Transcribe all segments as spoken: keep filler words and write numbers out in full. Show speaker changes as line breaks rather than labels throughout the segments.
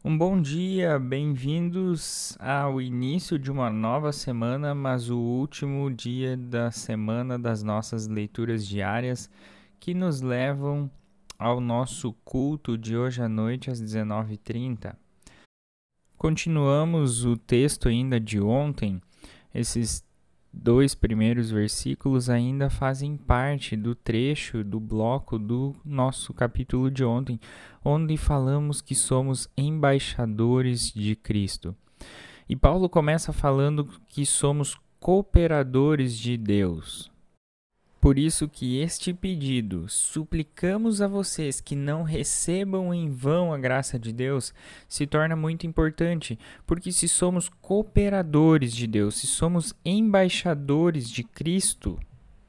Um bom dia, bem-vindos ao início de uma nova semana, mas o último dia da semana das nossas leituras diárias que nos levam ao nosso culto de hoje à noite às dezenove e trinta. Continuamos o texto ainda de ontem. Esses dois primeiros versículos ainda fazem parte do trecho, do bloco do nosso capítulo de ontem, onde falamos que somos embaixadores de Cristo. E Paulo começa falando que somos cooperadores de Deus. Por isso que este pedido, suplicamos a vocês que não recebam em vão a graça de Deus, se torna muito importante, porque se somos cooperadores de Deus, se somos embaixadores de Cristo,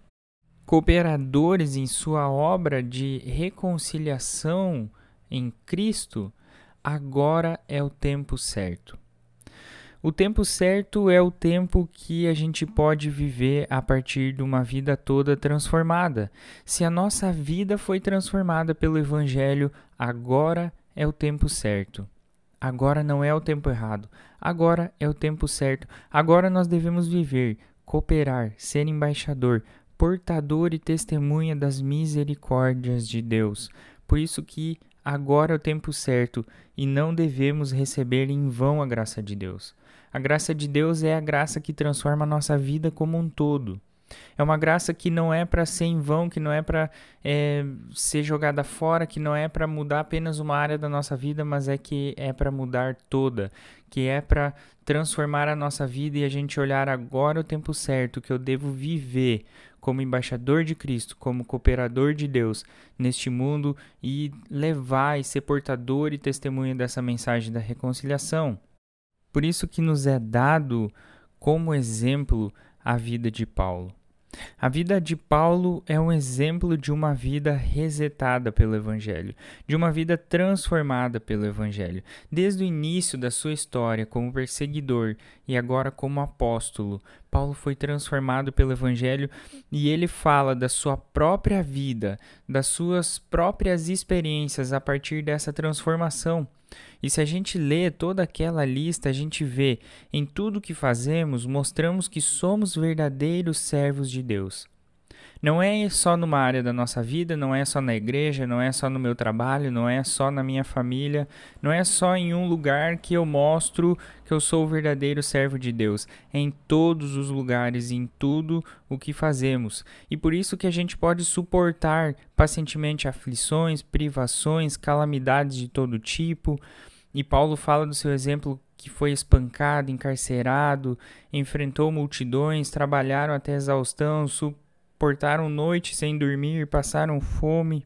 cooperadores em sua obra de reconciliação em Cristo, agora é o tempo certo. O tempo certo é o tempo que a gente pode viver a partir de uma vida toda transformada. Se a nossa vida foi transformada pelo Evangelho, agora é o tempo certo. Agora não é o tempo errado. Agora é o tempo certo. Agora nós devemos viver, cooperar, ser embaixador, portador e testemunha das misericórdias de Deus. Por isso que agora é o tempo certo e não devemos receber em vão a graça de Deus. A graça de Deus é a graça que transforma a nossa vida como um todo. É uma graça que não é para ser em vão, que não é para é, ser jogada fora, que não é para mudar apenas uma área da nossa vida, mas é que é para mudar toda, que é para transformar a nossa vida e a gente olhar agora o tempo certo que eu devo viver como embaixador de Cristo, como cooperador de Deus neste mundo e levar e ser portador e testemunha dessa mensagem da reconciliação. Por isso que nos é dado como exemplo a vida de Paulo. A vida de Paulo é um exemplo de uma vida resetada pelo Evangelho, de uma vida transformada pelo Evangelho. Desde o início da sua história como perseguidor e agora como apóstolo, Paulo foi transformado pelo Evangelho e ele fala da sua própria vida, das suas próprias experiências a partir dessa transformação. E se a gente lê toda aquela lista, a gente vê em tudo que fazemos, mostramos que somos verdadeiros servos de Deus. Não é só numa área da nossa vida, não é só na igreja, não é só no meu trabalho, não é só na minha família, não é só em um lugar que eu mostro que eu sou o verdadeiro servo de Deus. É em todos os lugares, em tudo o que fazemos. E por isso que a gente pode suportar pacientemente aflições, privações, calamidades de todo tipo. E Paulo fala do seu exemplo que foi espancado, encarcerado, enfrentou multidões, trabalharam até exaustão, suportaram noite sem dormir, passaram fome,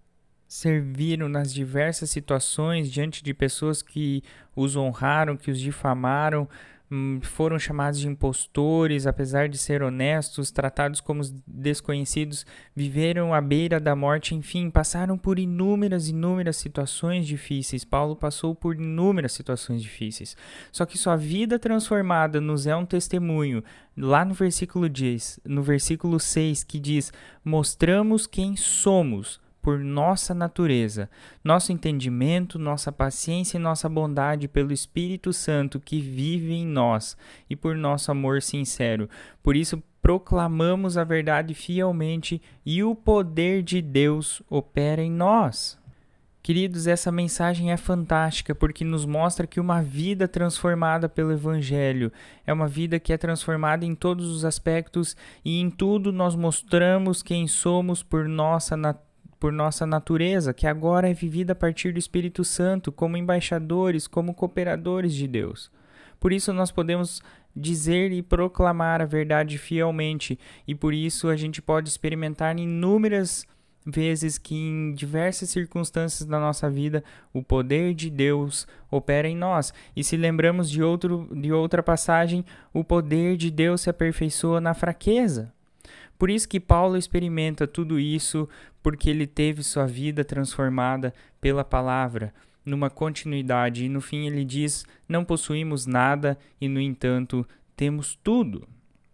serviram nas diversas situações diante de pessoas que os honraram, que os difamaram, foram chamados de impostores, apesar de ser honestos, tratados como desconhecidos, viveram à beira da morte, enfim, passaram por inúmeras, inúmeras situações difíceis. Paulo passou por inúmeras situações difíceis. Só que sua vida transformada nos é um testemunho. Lá no versículo diz, no versículo seis, que diz: mostramos quem somos por nossa natureza, nosso entendimento, nossa paciência e nossa bondade pelo Espírito Santo que vive em nós e por nosso amor sincero. Por isso, proclamamos a verdade fielmente e o poder de Deus opera em nós. Queridos, essa mensagem é fantástica porque nos mostra que uma vida transformada pelo Evangelho é uma vida que é transformada em todos os aspectos e em tudo nós mostramos quem somos por nossa natureza. por nossa natureza, que agora é vivida a partir do Espírito Santo, como embaixadores, como cooperadores de Deus. Por isso nós podemos dizer e proclamar a verdade fielmente, e por isso a gente pode experimentar inúmeras vezes que em diversas circunstâncias da nossa vida o poder de Deus opera em nós. E se lembramos de, outro, de outra passagem, o poder de Deus se aperfeiçoa na fraqueza. Por isso que Paulo experimenta tudo isso, porque ele teve sua vida transformada pela palavra, numa continuidade. E no fim ele diz, não possuímos nada e, no entanto, temos tudo.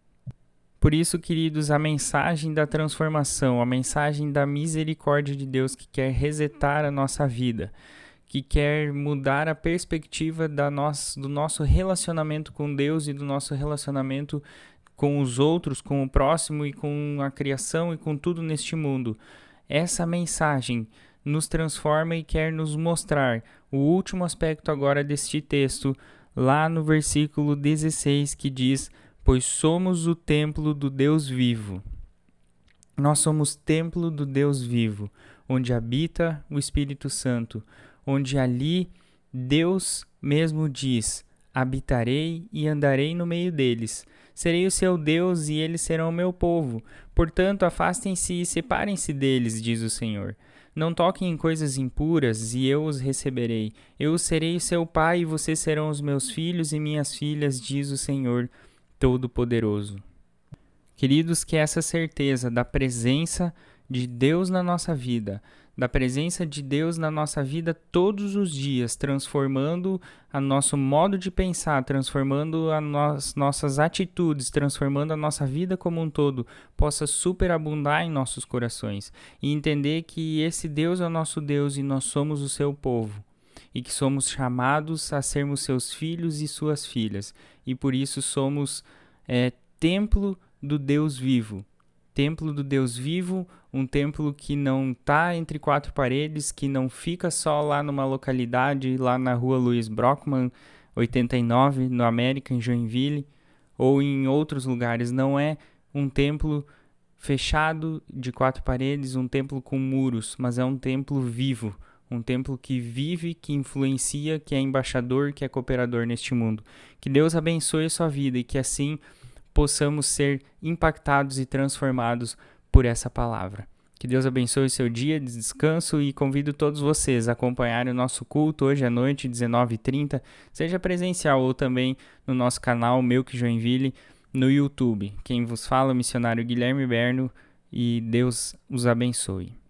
Por isso, queridos, a mensagem da transformação, a mensagem da misericórdia de Deus que quer resetar a nossa vida, que quer mudar a perspectiva da nossa, do nosso relacionamento com Deus e do nosso relacionamento com os outros, com o próximo e com a criação e com tudo neste mundo. Essa mensagem nos transforma e quer nos mostrar o último aspecto agora deste texto, lá no versículo dezesseis, que diz: pois somos o templo do Deus vivo. Nós somos templo do Deus vivo, onde habita o Espírito Santo, onde ali Deus mesmo diz: habitarei e andarei no meio deles. Serei o seu Deus e eles serão o meu povo. Portanto, afastem-se e separem-se deles, diz o Senhor. Não toquem em coisas impuras, e eu os receberei. Eu serei seu pai, e vocês serão os meus filhos e minhas filhas, diz o Senhor Todo-Poderoso. Queridos, que essa certeza da presença de Deus na nossa vida, da presença de Deus na nossa vida todos os dias, transformando a nosso modo de pensar, transformando as nossas atitudes, transformando a nossa vida como um todo, possa superabundar em nossos corações e entender que esse Deus é o nosso Deus e nós somos o seu povo e que somos chamados a sermos seus filhos e suas filhas e por isso somos é, templo do Deus vivo. Templo do Deus vivo, um templo que não está entre quatro paredes, que não fica só lá numa localidade, lá na rua Luiz Brockmann, oitenta e nove, no América, em Joinville, ou em outros lugares. Não é um templo fechado de quatro paredes, um templo com muros, mas é um templo vivo, um templo que vive, que influencia, que é embaixador, que é cooperador neste mundo. Que Deus abençoe a sua vida e que assim possamos ser impactados e transformados por essa palavra. Que Deus abençoe o seu dia de descanso e convido todos vocês a acompanharem o nosso culto hoje à noite, dezenove e trinta, seja presencial ou também no nosso canal Melk Joinville no YouTube. Quem vos fala é o missionário Guilherme Berno e Deus os abençoe.